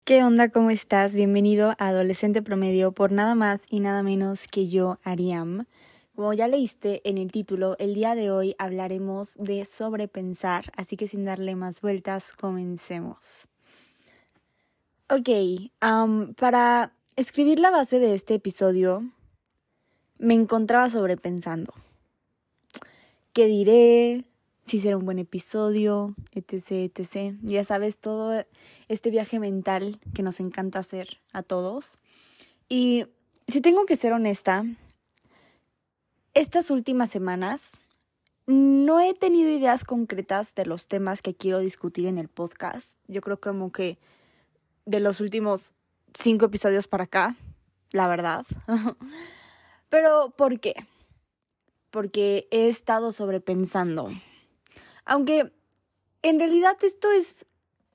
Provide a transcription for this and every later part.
¿Qué onda? ¿Cómo estás? Bienvenido a Adolescente Promedio por nada más y nada menos que yo, Ariam. Como ya leíste en el título, el día de hoy hablaremos de sobrepensar, así que sin darle más vueltas, comencemos. Ok, para escribir la base de este episodio, me encontraba sobrepensando. ¿Qué diré? Si será un buen episodio, etc, etc. Ya sabes, todo este viaje mental que nos encanta hacer a todos. Y si tengo que ser honesta, estas últimas semanas no he tenido ideas concretas de los temas que quiero discutir en el podcast. Yo creo como que de los últimos 5 episodios para acá, la verdad. Pero, ¿por qué? Porque he estado sobrepensando. Aunque en realidad esto es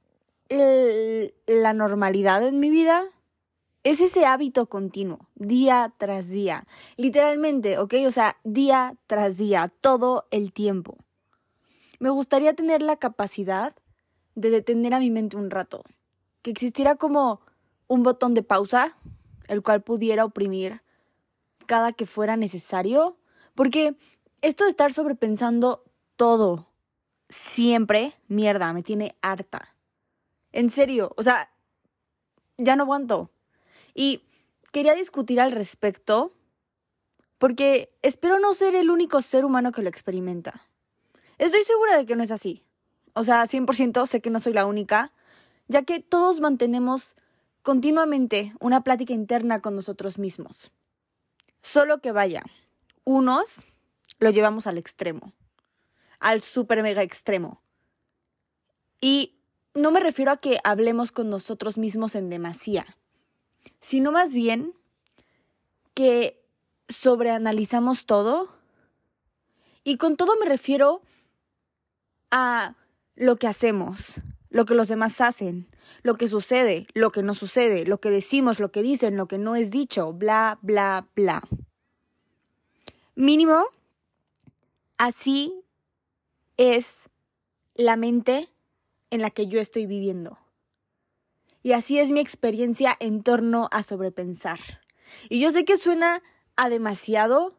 la normalidad en mi vida, es ese hábito continuo, día tras día, literalmente, ¿ok? O sea, día tras día, todo el tiempo. Me gustaría tener la capacidad de detener a mi mente un rato, que existiera como un botón de pausa, el cual pudiera oprimir cada que fuera necesario, porque esto de estar sobrepensando todo, siempre, mierda, me tiene harta. En serio, o sea, ya no aguanto. Y quería discutir al respecto porque espero no ser el único ser humano que lo experimenta. Estoy segura de que no es así. O sea, 100% sé que no soy la única, ya que todos mantenemos continuamente una plática interna con nosotros mismos. Solo que vaya, unos lo llevamos al extremo, al super mega extremo. Y no me refiero a que hablemos con nosotros mismos en demasía, sino más bien que sobreanalizamos todo. Y con todo me refiero a lo que hacemos, lo que los demás hacen, lo que sucede, lo que no sucede, lo que decimos, lo que dicen, lo que no es dicho, bla, bla, bla. Mínimo, así es la mente en la que yo estoy viviendo. Y así es mi experiencia en torno a sobrepensar. Y yo sé que suena a demasiado,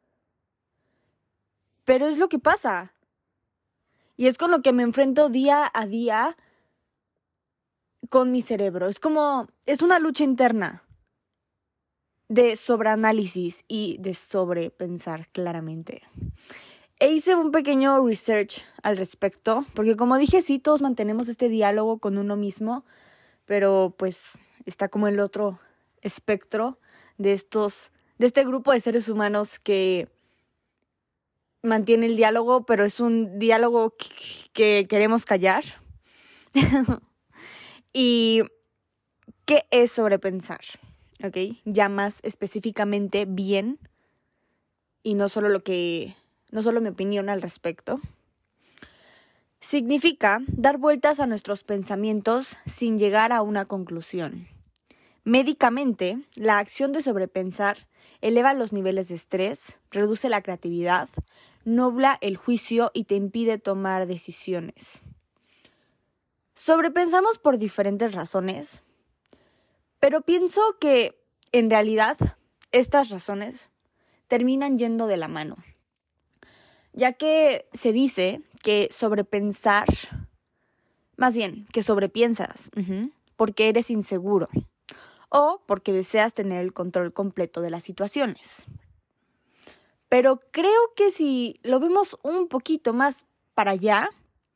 pero es lo que pasa. Y es con lo que me enfrento día a día con mi cerebro. Es una lucha interna de sobreanálisis y de sobrepensar claramente. Hice un pequeño research al respecto, porque como dije, sí, todos mantenemos este diálogo con uno mismo, pero pues está como el otro espectro de este grupo de seres humanos que mantiene el diálogo, pero es un diálogo que queremos callar. ¿Y qué es sobrepensar? ¿Ok? Ya más específicamente bien, y no solo mi opinión al respecto. Significa dar vueltas a nuestros pensamientos sin llegar a una conclusión. Médicamente, la acción de sobrepensar eleva los niveles de estrés, reduce la creatividad, nubla el juicio y te impide tomar decisiones. Sobrepensamos por diferentes razones, pero pienso que, en realidad, estas razones terminan yendo de la mano, ya que se dice que sobrepensar, más bien, que sobrepiensas, porque eres inseguro o porque deseas tener el control completo de las situaciones. Pero creo que si lo vemos un poquito más para allá,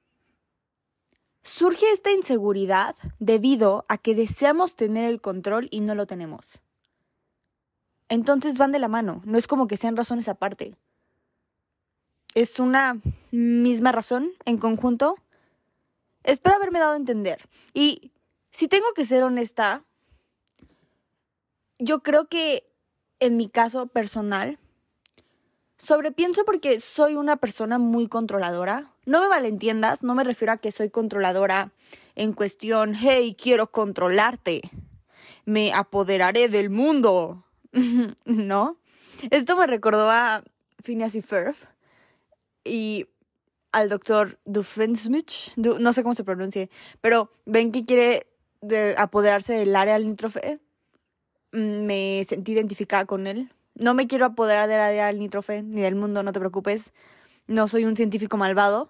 surge esta inseguridad debido a que deseamos tener el control y no lo tenemos. Entonces van de la mano, no es como que sean razones aparte. Es una misma razón en conjunto. Espero haberme dado a entender. Y si tengo que ser honesta, yo creo que en mi caso personal, sobrepienso porque soy una persona muy controladora. No me malentiendas, no me refiero a que soy controladora en cuestión, hey, quiero controlarte, me apoderaré del mundo. ¿No? Esto me recordó a Phineas y Ferb y al doctor Doofenshmirtz, no sé cómo se pronuncie, pero ven que quiere de apoderarse del área del nitrófe, me sentí identificada con él. No me quiero apoderar del área del nitrófe ni del mundo, no te preocupes. No soy un científico malvado.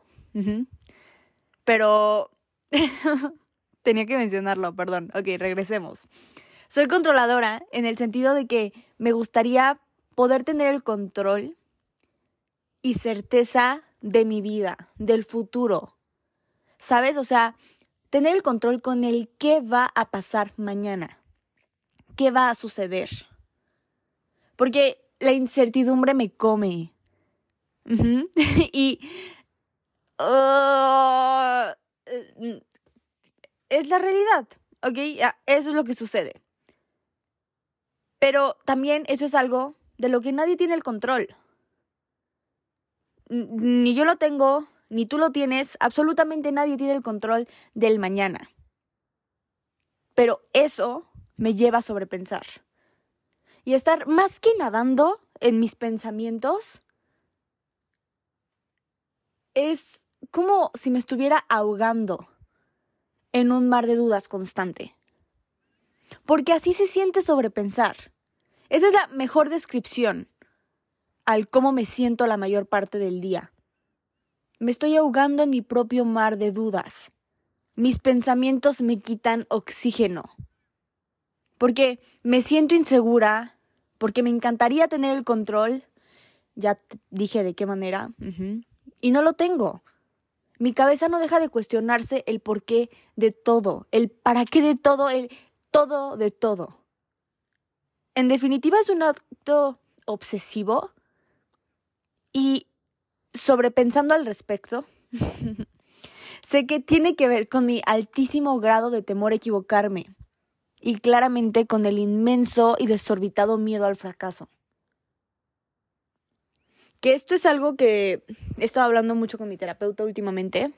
Pero tenía que mencionarlo, perdón. Ok, regresemos. Soy controladora en el sentido de que me gustaría poder tener el control y certeza de mi vida, del futuro. ¿Sabes? O sea, tener el control con el qué va a pasar mañana. ¿Qué va a suceder? Porque la incertidumbre me come. Y es la realidad, ¿ok? Eso es lo que sucede. Pero también eso es algo de lo que nadie tiene el control. Ni yo lo tengo, ni tú lo tienes, absolutamente nadie tiene el control del mañana. Pero eso me lleva a sobrepensar. Y estar más que nadando en mis pensamientos, es como si me estuviera ahogando en un mar de dudas constante. Porque así se siente sobrepensar. Esa es la mejor descripción al cómo me siento la mayor parte del día. Me estoy ahogando en mi propio mar de dudas. Mis pensamientos me quitan oxígeno. Porque me siento insegura, porque me encantaría tener el control. Ya dije de qué manera. Y no lo tengo. Mi cabeza no deja de cuestionarse el porqué de todo, el para qué de todo, el todo de todo. En definitiva, es un acto obsesivo y sobrepensando al respecto, sé que tiene que ver con mi altísimo grado de temor a equivocarme y claramente con el inmenso y desorbitado miedo al fracaso. Que esto es algo que he estado hablando mucho con mi terapeuta últimamente.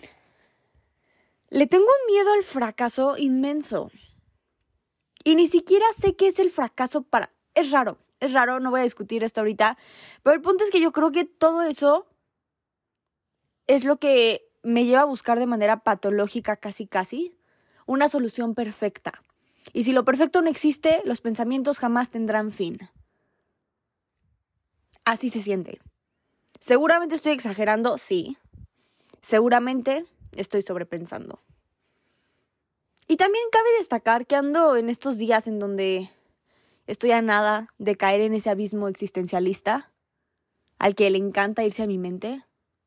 Le tengo un miedo al fracaso inmenso. Y ni siquiera sé qué es el fracaso para... Es raro, no voy a discutir esto ahorita. Pero el punto es que yo creo que todo eso es lo que me lleva a buscar de manera patológica casi, una solución perfecta. Y si lo perfecto no existe, los pensamientos jamás tendrán fin. Así se siente. Seguramente estoy exagerando, sí. Seguramente estoy sobrepensando. Y también cabe destacar que ando en estos días en donde estoy a nada de caer en ese abismo existencialista al que le encanta irse a mi mente.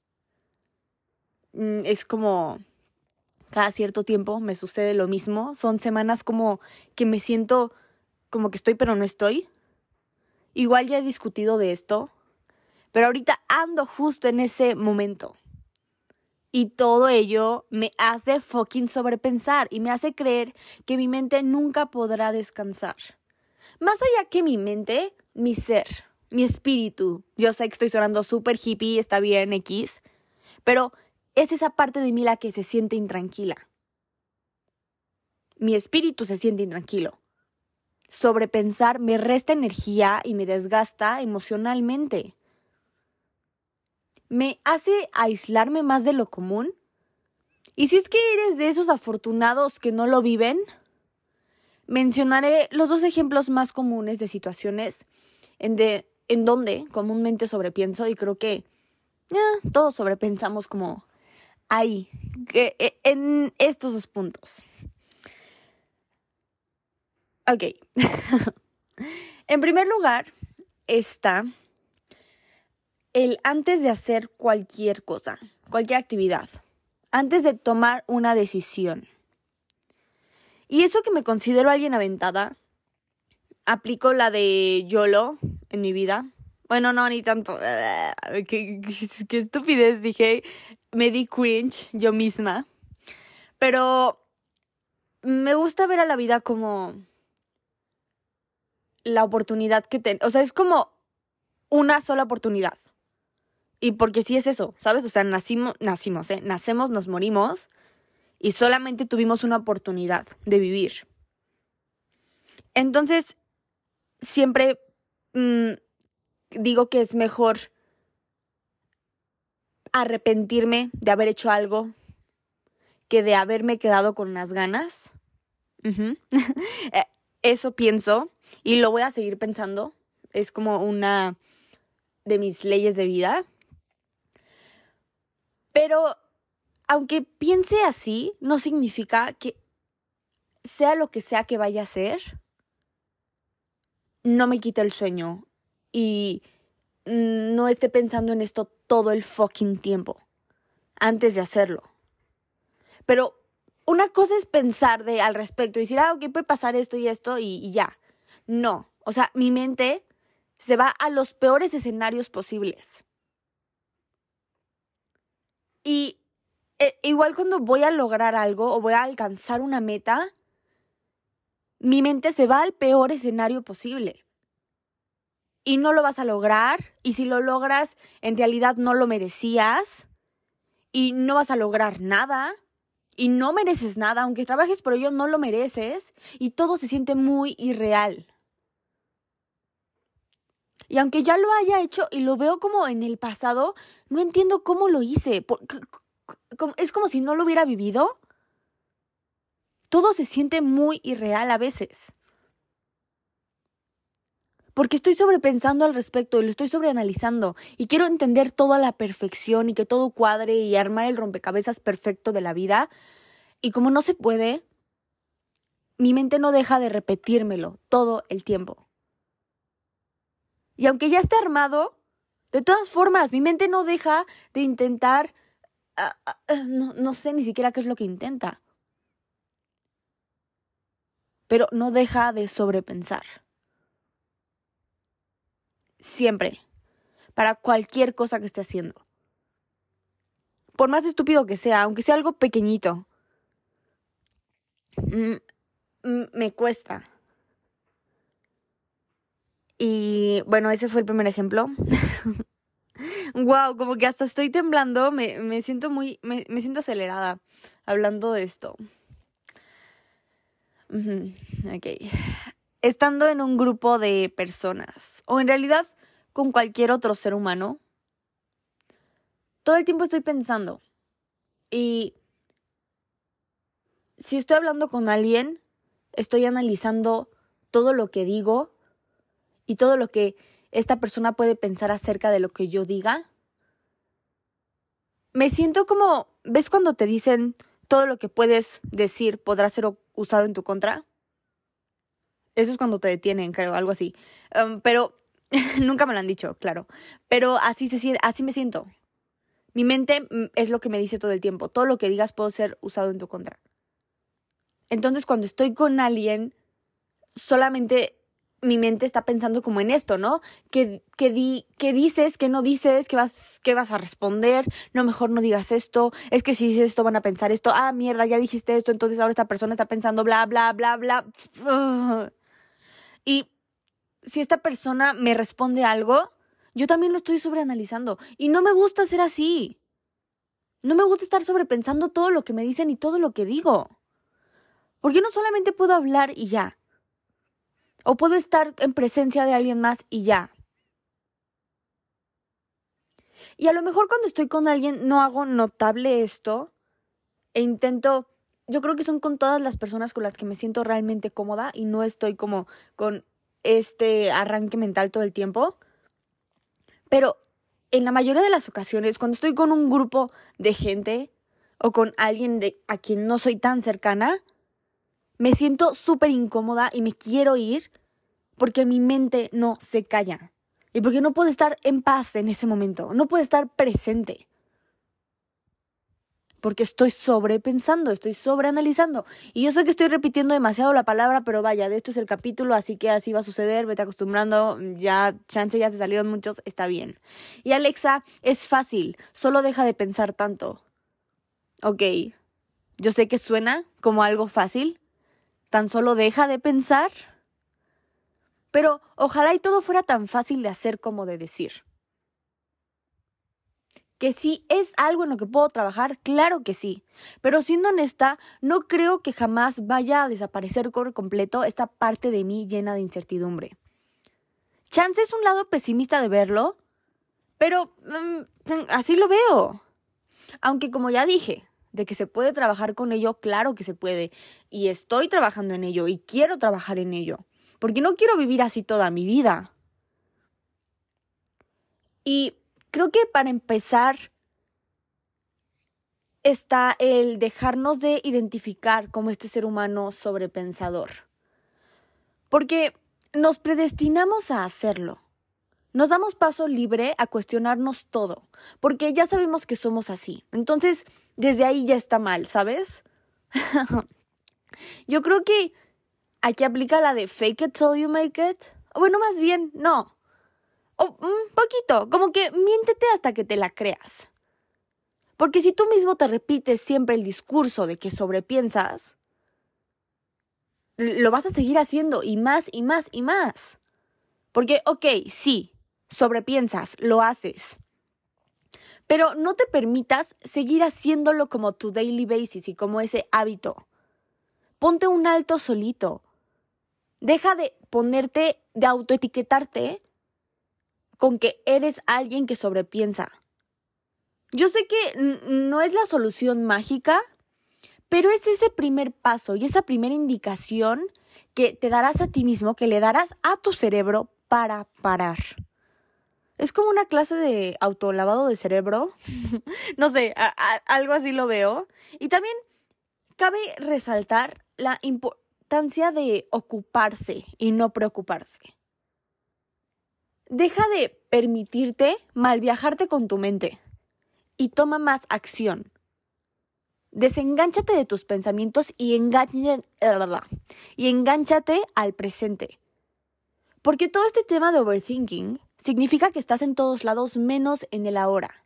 Es como cada cierto tiempo me sucede lo mismo. Son semanas como que me siento como que estoy pero no estoy. Igual ya he discutido de esto, pero ahorita ando justo en ese momento. Y todo ello me hace fucking sobrepensar y me hace creer que mi mente nunca podrá descansar. Más allá que mi mente, mi ser, mi espíritu. Yo sé que estoy sonando súper hippie, está bien, X, pero es esa parte de mí la que se siente intranquila. Mi espíritu se siente intranquilo. Sobrepensar me resta energía y me desgasta emocionalmente. Me hace aislarme más de lo común. Y si es que eres de esos afortunados que no lo viven, mencionaré los 2 ejemplos más comunes de situaciones en donde comúnmente sobrepienso y creo que todos sobrepensamos como ahí, en estos 2 puntos. Ok. En primer lugar está el antes de hacer cualquier cosa, cualquier actividad, antes de tomar una decisión. Y eso que me considero alguien aventada, aplico la de YOLO en mi vida. Bueno, no, ni tanto. Qué estupidez dije. Me di cringe yo misma. Pero me gusta ver a la vida como la oportunidad que o sea, es como una sola oportunidad. Y porque sí es eso, ¿sabes? O sea, nacemos, nos morimos y solamente tuvimos una oportunidad de vivir. Entonces, siempre digo que es mejor arrepentirme de haber hecho algo que de haberme quedado con unas ganas. Ujú. Eso pienso y lo voy a seguir pensando. Es como una de mis leyes de vida. Pero aunque piense así, no significa que sea lo que sea que vaya a ser, no me quite el sueño y no esté pensando en esto todo el fucking tiempo antes de hacerlo. Pero una cosa es pensar al respecto y decir, ok, puede pasar esto y ya. No, o sea, mi mente se va a los peores escenarios posibles. Y igual cuando voy a lograr algo o voy a alcanzar una meta, mi mente se va al peor escenario posible. Y no lo vas a lograr. Y si lo logras, en realidad no lo merecías. Y no vas a lograr nada. Y no mereces nada. Aunque trabajes por ello, no lo mereces. Y todo se siente muy irreal. Y aunque ya lo haya hecho y lo veo como en el pasado, no entiendo cómo lo hice. Es como si no lo hubiera vivido. Todo se siente muy irreal a veces. Porque estoy sobrepensando al respecto y lo estoy sobreanalizando. Y quiero entender todo a la perfección y que todo cuadre y armar el rompecabezas perfecto de la vida. Y como no se puede, mi mente no deja de repetírmelo todo el tiempo. Y aunque ya esté armado, de todas formas, mi mente no deja de intentar... no sé ni siquiera qué es lo que intenta. Pero no deja de sobrepensar. Siempre. Para cualquier cosa que esté haciendo. Por más estúpido que sea, aunque sea algo pequeñito. Me cuesta. Y bueno, ese fue el primer ejemplo. Wow, como que hasta estoy temblando. Me siento me siento acelerada hablando de esto. Ok. Estando en un grupo de personas, o en realidad con cualquier otro ser humano, todo el tiempo estoy pensando. Y si estoy hablando con alguien, estoy analizando todo lo que digo y todo lo que esta persona puede pensar acerca de lo que yo diga. Me siento como, ¿ves cuando te dicen todo lo que puedes decir podrá ser usado en tu contra? Eso es cuando te detienen, creo, algo así. Pero nunca me lo han dicho, claro. Pero así me siento. Mi mente es lo que me dice todo el tiempo. Todo lo que digas puede ser usado en tu contra. Entonces, cuando estoy con alguien, solamente mi mente está pensando como en esto, ¿no? ¿Qué dices? ¿Qué no dices? ¿Qué vas a responder? No, mejor no digas esto. Es que si dices esto van a pensar esto. Ah, mierda, ya dijiste esto, entonces ahora esta persona está pensando bla, bla, bla, bla. Y si esta persona me responde algo, yo también lo estoy sobreanalizando. Y no me gusta ser así. No me gusta estar sobrepensando todo lo que me dicen y todo lo que digo. Porque no solamente puedo hablar y ya. O puedo estar en presencia de alguien más y ya. Y a lo mejor cuando estoy con alguien no hago notable esto e intento, yo creo que son con todas las personas con las que me siento realmente cómoda y no estoy como con este arranque mental todo el tiempo. Pero en la mayoría de las ocasiones, cuando estoy con un grupo de gente o con alguien a quien no soy tan cercana, me siento súper incómoda y me quiero ir porque mi mente no se calla. Y porque no puedo estar en paz en ese momento. No puedo estar presente. Porque estoy sobrepensando, estoy sobreanalizando. Y yo sé que estoy repitiendo demasiado la palabra, pero vaya, de esto es el capítulo, así que así va a suceder, vete acostumbrando, ya se salieron muchos, está bien. Y Alexa, es fácil, solo deja de pensar tanto. Ok, yo sé que suena como algo fácil, tan solo deja de pensar. Pero ojalá y todo fuera tan fácil de hacer como de decir. Que sí es algo en lo que puedo trabajar, claro que sí. Pero siendo honesta, no creo que jamás vaya a desaparecer por completo esta parte de mí llena de incertidumbre. Chance es un lado pesimista de verlo, pero así lo veo. Aunque como ya dije, de que se puede trabajar con ello, claro que se puede. Y estoy trabajando en ello y quiero trabajar en ello. Porque no quiero vivir así toda mi vida. Y creo que para empezar está el dejarnos de identificar como este ser humano sobrepensador. Porque nos predestinamos a hacerlo. Nos damos paso libre a cuestionarnos todo, porque ya sabemos que somos así. Entonces, desde ahí ya está mal, ¿sabes? Yo creo que aquí aplica la de fake it till you make it. Bueno, más bien, no. O un poquito, como que miéntete hasta que te la creas. Porque si tú mismo te repites siempre el discurso de que sobrepiensas, lo vas a seguir haciendo y más y más y más. Porque, ok, sí, sobrepiensas, lo haces. Pero no te permitas seguir haciéndolo como tu daily basis y como ese hábito. Ponte un alto solito. Deja de ponerte, de autoetiquetarte con que eres alguien que sobrepiensa. Yo sé que no es la solución mágica, pero es ese primer paso y esa primera indicación que te darás a ti mismo, que le darás a tu cerebro para parar. Es como una clase de autolavado de cerebro. No sé, algo así lo veo. Y también cabe resaltar la importancia de ocuparse y no preocuparse. Deja de permitirte malviajarte con tu mente y toma más acción. Desengánchate de tus pensamientos y engánchate al presente. Porque todo este tema de overthinking significa que estás en todos lados menos en el ahora.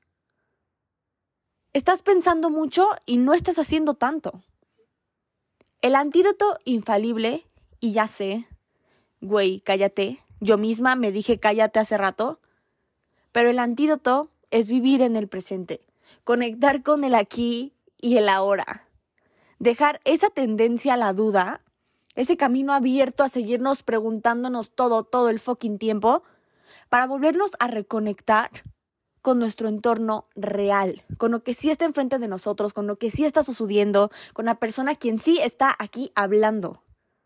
Estás pensando mucho y no estás haciendo tanto. El antídoto infalible, y ya sé, güey, cállate, yo misma me dije cállate hace rato, pero el antídoto es vivir en el presente, conectar con el aquí y el ahora. Dejar esa tendencia a la duda, ese camino abierto a seguirnos preguntándonos todo el fucking tiempo, para volvernos a reconectar con nuestro entorno real, con lo que sí está enfrente de nosotros, con lo que sí está sucediendo, con la persona quien sí está aquí hablando.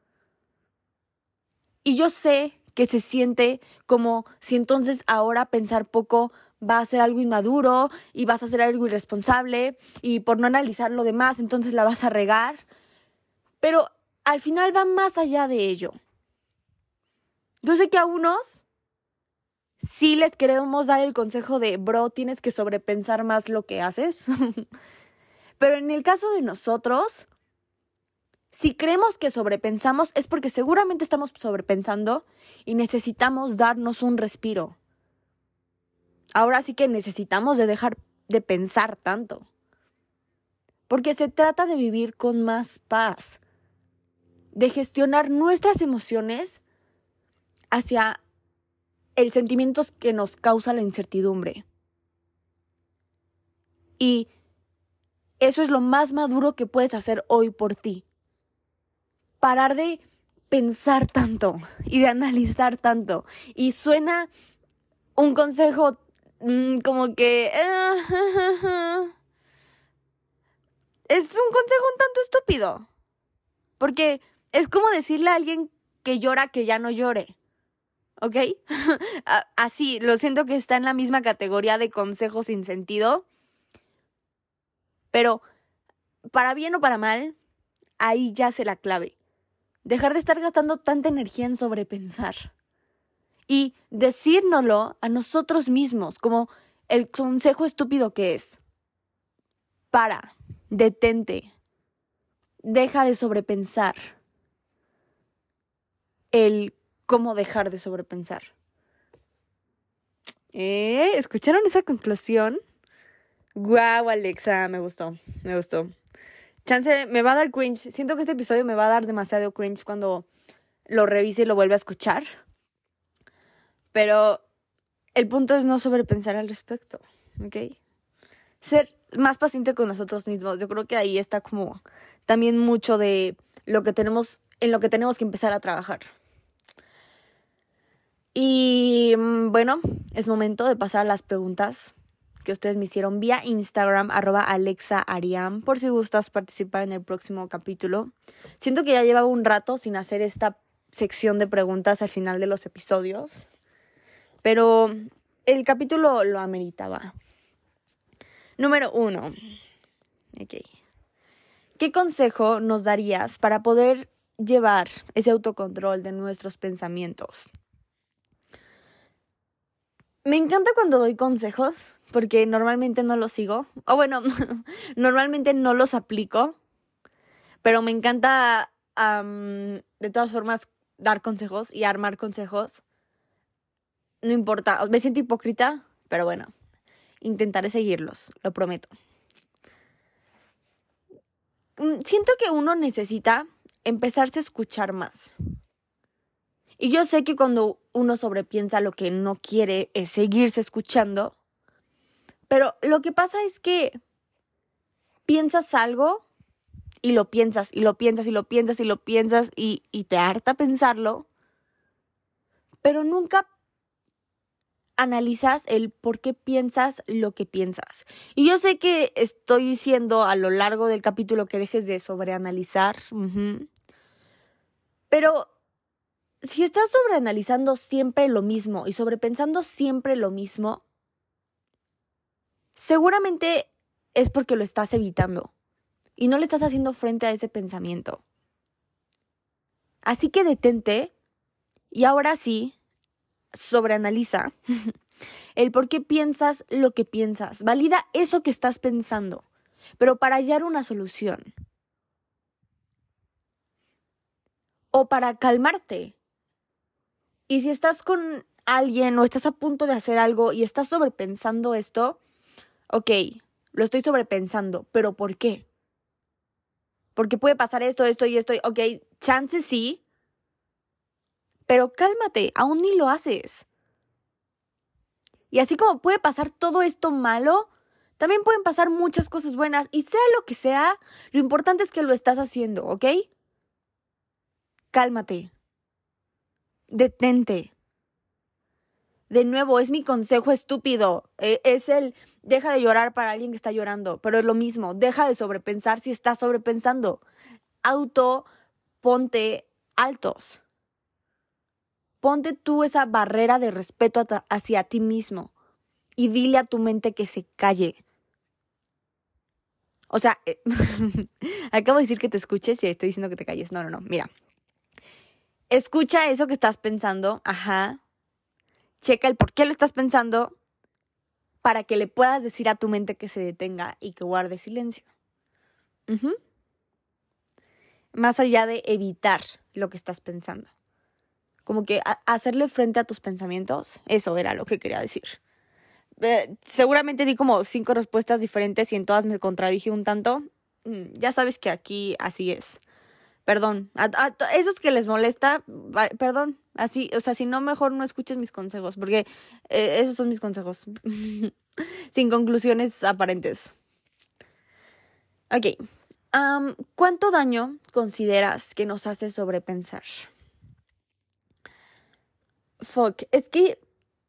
Y yo sé que se siente como si entonces ahora pensar poco va a ser algo inmaduro y vas a hacer algo irresponsable y por no analizar lo demás entonces la vas a regar. Pero al final va más allá de ello. Yo sé que a unos sí les queremos dar el consejo de, bro, tienes que sobrepensar más lo que haces. Pero en el caso de nosotros, si creemos que sobrepensamos es porque seguramente estamos sobrepensando y necesitamos darnos un respiro. Ahora sí que necesitamos de dejar de pensar tanto. Porque se trata de vivir con más paz, de gestionar nuestras emociones hacia el sentimiento que nos causa la incertidumbre. Y eso es lo más maduro que puedes hacer hoy por ti. Parar de pensar tanto y de analizar tanto. Y suena un consejo como que... es un consejo un tanto estúpido. Porque es como decirle a alguien que llora que ya no llore. ¿Ok? Así, lo siento que está en la misma categoría de consejos sin sentido. Pero, para bien o para mal, ahí yace la clave. Dejar de estar gastando tanta energía en sobrepensar. Y decírnoslo a nosotros mismos, como el consejo estúpido que es. Para, detente, deja de sobrepensar. El cómo dejar de sobrepensar. ¿Escucharon esa conclusión? Guau, Alexa, me gustó. Chance, me va a dar cringe. Siento que este episodio me va a dar demasiado cringe cuando lo revise y lo vuelva a escuchar. Pero el punto es no sobrepensar al respecto, ¿ok? Ser más paciente con nosotros mismos. Yo creo que ahí está como también mucho de lo que tenemos, en lo que tenemos que empezar a trabajar. Y bueno, es momento de pasar a las preguntas que ustedes me hicieron vía Instagram, @AlexaAriam, por si gustas participar en el próximo capítulo. Siento que ya llevaba un rato sin hacer esta sección de preguntas al final de los episodios, pero el capítulo lo ameritaba. Número 1. Okay. ¿Qué consejo nos darías para poder llevar ese autocontrol de nuestros pensamientos? Me encanta cuando doy consejos, porque normalmente no los sigo. O bueno, normalmente no los aplico. Pero me encanta, de todas formas, dar consejos y armar consejos. No importa, me siento hipócrita, pero bueno, intentaré seguirlos, lo prometo. Siento que uno necesita empezarse a escuchar más. Y yo sé que cuando uno sobrepiensa, lo que no quiere es seguirse escuchando. Pero lo que pasa es que piensas algo y lo piensas y lo piensas y lo piensas y lo piensas y te harta pensarlo. Pero nunca analizas el por qué piensas lo que piensas. Y yo sé que estoy diciendo a lo largo del capítulo que dejes de sobreanalizar. Pero si estás sobreanalizando siempre lo mismo y sobrepensando siempre lo mismo, seguramente es porque lo estás evitando y no le estás haciendo frente a ese pensamiento. Así que detente y ahora sí, sobreanaliza el por qué piensas lo que piensas. Valida eso que estás pensando, pero para hallar una solución. O para calmarte. Y si estás con alguien o estás a punto de hacer algo y estás sobrepensando esto, ok, lo estoy sobrepensando, pero ¿por qué? Porque puede pasar esto y esto, ok, chance sí, pero cálmate, aún ni lo haces. Y así como puede pasar todo esto malo, también pueden pasar muchas cosas buenas. Y sea lo que sea, lo importante es que lo estás haciendo, ¿ok? Cálmate. Detente. De nuevo, es mi consejo estúpido. Es el deja de llorar para alguien que está llorando. Pero es lo mismo, deja de sobrepensar si estás sobrepensando. Ponte altos. Ponte tú esa barrera de respeto hacia ti mismo. Y dile a tu mente que se calle. O sea, acabo de decir que te escuches y estoy diciendo que te calles. No, mira. Escucha eso que estás pensando, checa el por qué lo estás pensando para que le puedas decir a tu mente que se detenga y que guarde silencio. Más allá de evitar lo que estás pensando. Como que hacerle frente a tus pensamientos, eso era lo que quería decir. Seguramente di como 5 respuestas diferentes y en todas me contradije un tanto. Ya sabes que aquí así es. Perdón, a esos que les molesta, perdón, así, o sea, si no, mejor no escuches mis consejos, porque esos son mis consejos, sin conclusiones aparentes. Ok, ¿cuánto daño consideras que nos hace sobrepensar? Es que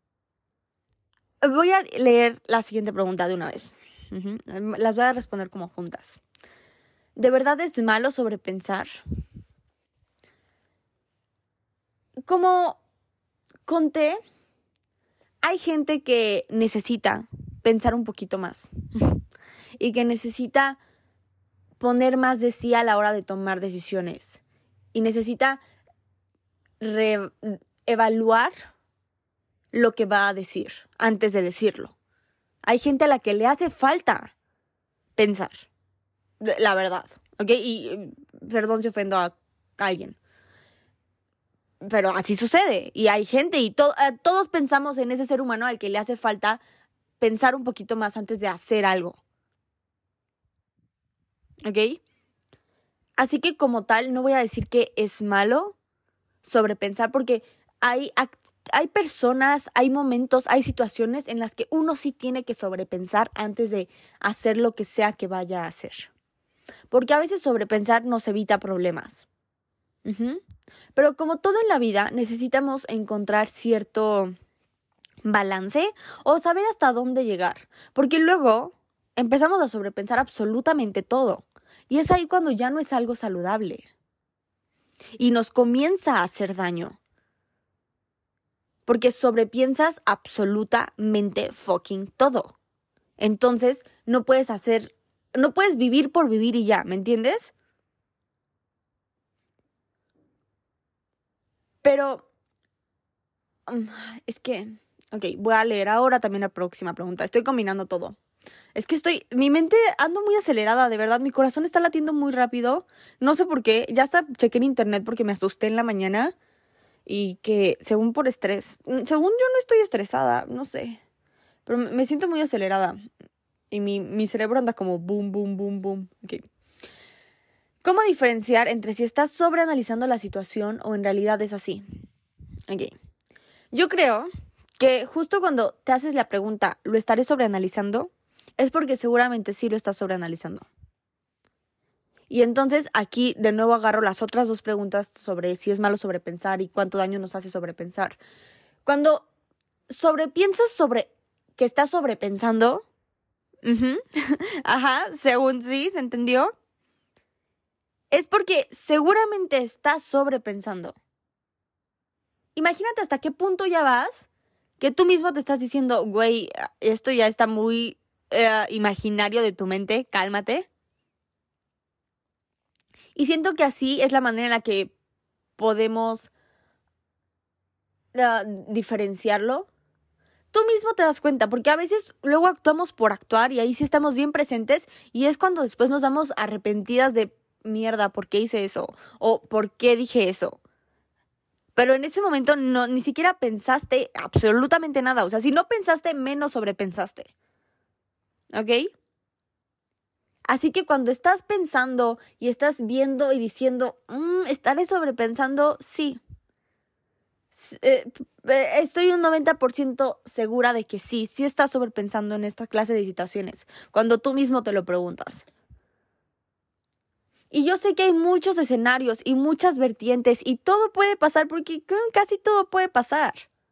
voy a leer la siguiente pregunta de una vez. Las voy a responder como juntas. ¿De verdad es malo sobrepensar? Como conté, hay gente que necesita pensar un poquito más y que necesita poner más de sí a la hora de tomar decisiones y necesita evaluar lo que va a decir antes de decirlo. Hay gente a la que le hace falta pensar, la verdad, ¿ok? Y perdón si ofendo a alguien, pero así sucede. Y hay gente y todos pensamos en ese ser humano al que le hace falta pensar un poquito más antes de hacer algo, ¿ok? Así que como tal no voy a decir que es malo sobrepensar porque hay personas, hay momentos, hay situaciones en las que uno sí tiene que sobrepensar antes de hacer lo que sea que vaya a hacer. Porque a veces sobrepensar nos evita problemas. Pero como todo en la vida, necesitamos encontrar cierto balance o saber hasta dónde llegar. Porque luego empezamos a sobrepensar absolutamente todo. Y es ahí cuando ya no es algo saludable. Y nos comienza a hacer daño. Porque sobrepiensas absolutamente fucking todo. Entonces no puedes vivir por vivir y ya, ¿me entiendes? Pero es que, ok, voy a leer ahora también la próxima pregunta. Estoy combinando todo. Es que mi mente ando muy acelerada, de verdad, mi corazón está latiendo muy rápido. No sé por qué, ya hasta chequé en internet porque me asusté en la mañana y que según por estrés, según yo no estoy estresada, no sé, pero me siento muy acelerada y mi cerebro anda como boom, boom, boom, boom. Ok. ¿Cómo diferenciar entre si estás sobreanalizando la situación o en realidad es así? Ok. Yo creo que justo cuando te haces la pregunta, ¿lo estaré sobreanalizando? Es porque seguramente sí lo estás sobreanalizando. Y entonces aquí de nuevo agarro las otras dos preguntas sobre si es malo sobrepensar y cuánto daño nos hace sobrepensar. Cuando sobrepiensas sobre que estás sobrepensando, ajá, según sí, ¿se entendió? Es porque seguramente estás sobrepensando. Imagínate hasta qué punto ya vas que tú mismo te estás diciendo, güey, esto ya está muy imaginario de tu mente, cálmate. Y siento que así es la manera en la que podemos diferenciarlo. Tú mismo te das cuenta, porque a veces luego actuamos por actuar y ahí sí estamos bien presentes y es cuando después nos damos arrepentidas de mierda, ¿por qué hice eso? O ¿por qué dije eso? Pero en ese momento ni siquiera pensaste absolutamente nada. O sea, si no pensaste, menos sobrepensaste. ¿Ok? Así que cuando estás pensando y estás viendo y diciendo, ¿estaré sobrepensando? Sí. Estoy un 90% segura de que sí estás sobrepensando en esta clase de situaciones, cuando tú mismo te lo preguntas. Y yo sé que hay muchos escenarios y muchas vertientes y todo puede pasar porque casi todo puede pasar.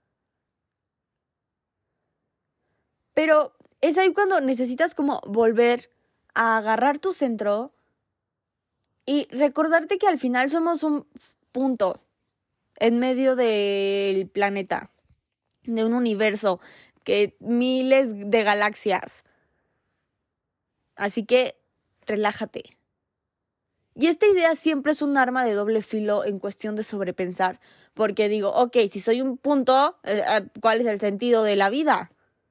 Pero es ahí cuando necesitas como volver a agarrar tu centro y recordarte que al final somos un punto en medio del planeta, de un universo, que miles de galaxias. Así que relájate. Y esta idea siempre es un arma de doble filo en cuestión de sobrepensar, porque digo, ok, si soy un punto, ¿cuál es el sentido de la vida?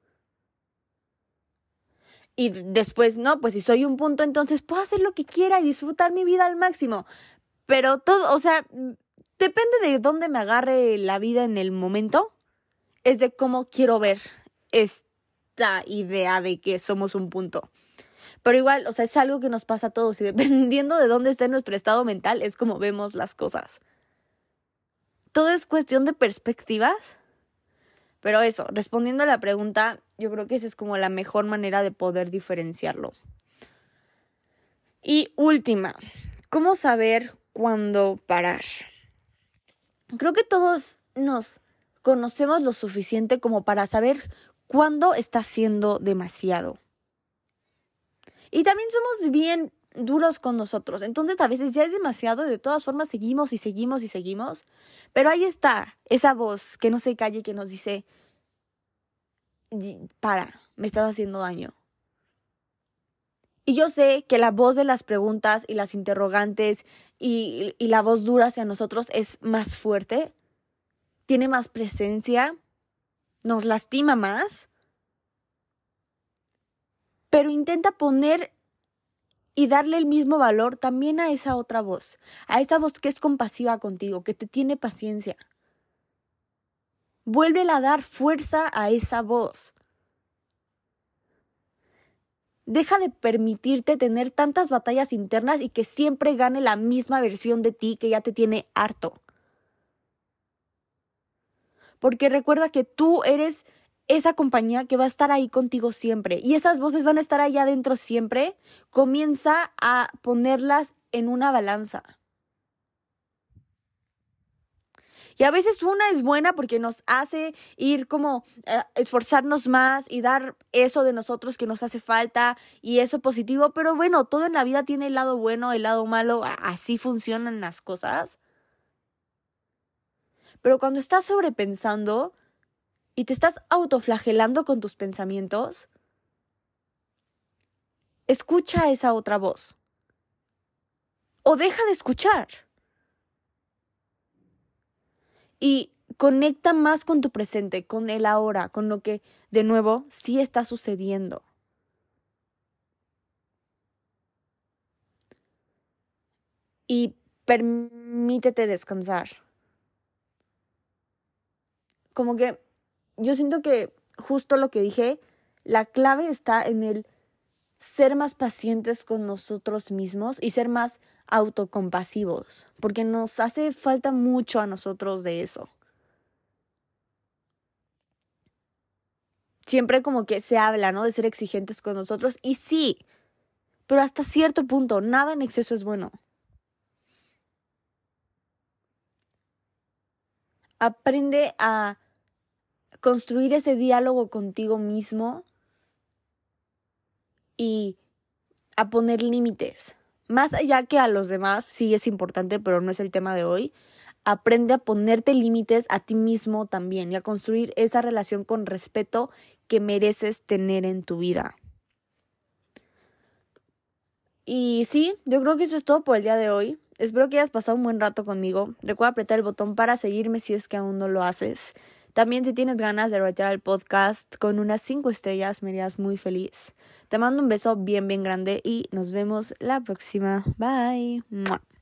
Y después, no, pues si soy un punto, entonces puedo hacer lo que quiera y disfrutar mi vida al máximo. Pero todo, o sea, depende de dónde me agarre la vida en el momento, es de cómo quiero ver esta idea de que somos un punto. Pero igual, o sea, es algo que nos pasa a todos y dependiendo de dónde esté nuestro estado mental es como vemos las cosas. Todo es cuestión de perspectivas. Pero eso, respondiendo a la pregunta, yo creo que esa es como la mejor manera de poder diferenciarlo. Y última, ¿cómo saber cuándo parar? Creo que todos nos conocemos lo suficiente como para saber cuándo está siendo demasiado. Y también somos bien duros con nosotros. Entonces a veces ya es demasiado y de todas formas seguimos y seguimos y seguimos. Pero ahí está esa voz que no se calla y que nos dice, para, me estás haciendo daño. Y yo sé que la voz de las preguntas y las interrogantes y la voz dura hacia nosotros es más fuerte, tiene más presencia, nos lastima más. Pero intenta poner y darle el mismo valor también a esa otra voz, a esa voz que es compasiva contigo, que te tiene paciencia. Vuélvela a dar fuerza a esa voz. Deja de permitirte tener tantas batallas internas y que siempre gane la misma versión de ti que ya te tiene harto. Porque recuerda que tú eres esa compañía que va a estar ahí contigo siempre y esas voces van a estar ahí adentro siempre. Comienza a ponerlas en una balanza. Y a veces una es buena porque nos hace ir como esforzarnos más y dar eso de nosotros que nos hace falta y eso positivo. Pero bueno, todo en la vida tiene el lado bueno, el lado malo. Así funcionan las cosas. Pero cuando estás sobrepensando y te estás autoflagelando con tus pensamientos, escucha esa otra voz. O deja de escuchar. Y conecta más con tu presente, con el ahora, con lo que, de nuevo, sí está sucediendo. Y permítete descansar. Como que yo siento que justo lo que dije, la clave está en el ser más pacientes con nosotros mismos y ser más autocompasivos, porque nos hace falta mucho a nosotros de eso. Siempre como que se habla, ¿no? De ser exigentes con nosotros y sí, pero hasta cierto punto, nada en exceso es bueno. Aprende a construir ese diálogo contigo mismo y a poner límites. Más allá que a los demás, sí es importante, pero no es el tema de hoy. Aprende a ponerte límites a ti mismo también y a construir esa relación con respeto que mereces tener en tu vida. Y sí, yo creo que eso es todo por el día de hoy. Espero que hayas pasado un buen rato conmigo. Recuerda apretar el botón para seguirme si es que aún no lo haces. También si tienes ganas de retirar el podcast con unas 5 estrellas, me harías muy feliz. Te mando un beso bien, bien grande y nos vemos la próxima. Bye. ¡Mua!